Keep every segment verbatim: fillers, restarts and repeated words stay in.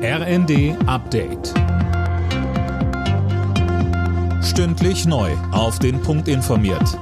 R N D Update. Stündlich neu auf den Punkt informiert.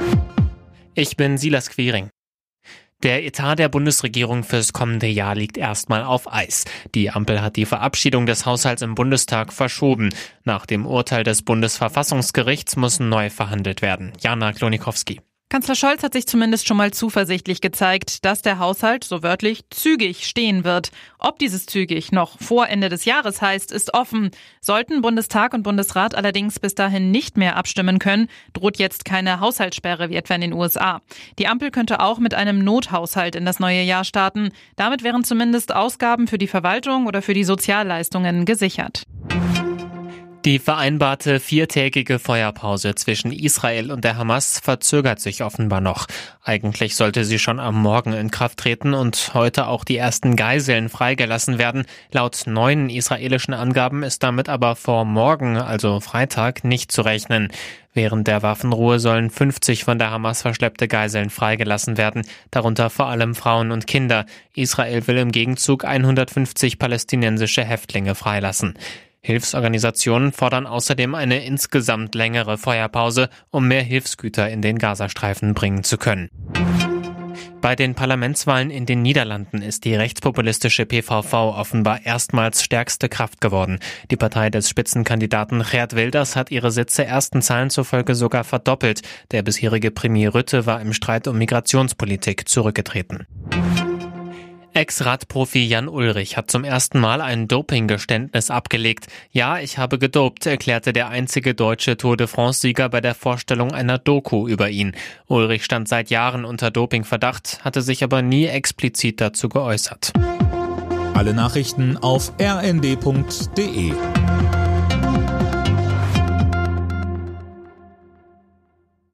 Ich bin Silas Quiring. Der Etat der Bundesregierung fürs kommende Jahr liegt erstmal auf Eis. Die Ampel hat die Verabschiedung des Haushalts im Bundestag verschoben. Nach dem Urteil des Bundesverfassungsgerichts muss neu verhandelt werden. Jana Klonikowski. Kanzler Scholz hat sich zumindest schon mal zuversichtlich gezeigt, dass der Haushalt, so wörtlich, zügig stehen wird. Ob dieses zügig noch vor Ende des Jahres heißt, ist offen. Sollten Bundestag und Bundesrat allerdings bis dahin nicht mehr abstimmen können, droht jetzt keine Haushaltssperre wie etwa in den U S A. Die Ampel könnte auch mit einem Nothaushalt in das neue Jahr starten. Damit wären zumindest Ausgaben für die Verwaltung oder für die Sozialleistungen gesichert. Die vereinbarte viertägige Feuerpause zwischen Israel und der Hamas verzögert sich offenbar noch. Eigentlich sollte sie schon am Morgen in Kraft treten und heute auch die ersten Geiseln freigelassen werden. Laut neuen israelischen Angaben ist damit aber vor morgen, also Freitag, nicht zu rechnen. Während der Waffenruhe sollen fünfzig von der Hamas verschleppte Geiseln freigelassen werden, darunter vor allem Frauen und Kinder. Israel will im Gegenzug hundertfünfzig palästinensische Häftlinge freilassen. Hilfsorganisationen fordern außerdem eine insgesamt längere Feuerpause, um mehr Hilfsgüter in den Gazastreifen bringen zu können. Bei den Parlamentswahlen in den Niederlanden ist die rechtspopulistische P V V offenbar erstmals stärkste Kraft geworden. Die Partei des Spitzenkandidaten Geert Wilders hat ihre Sitze ersten Zahlen zufolge sogar verdoppelt. Der bisherige Premier Rutte war im Streit um Migrationspolitik zurückgetreten. Ex-Radprofi Jan Ullrich hat zum ersten Mal ein Dopinggeständnis abgelegt. Ja, ich habe gedopt, erklärte der einzige deutsche Tour de France-Sieger bei der Vorstellung einer Doku über ihn. Ullrich stand seit Jahren unter Dopingverdacht, hatte sich aber nie explizit dazu geäußert. Alle Nachrichten auf r n d punkt d e.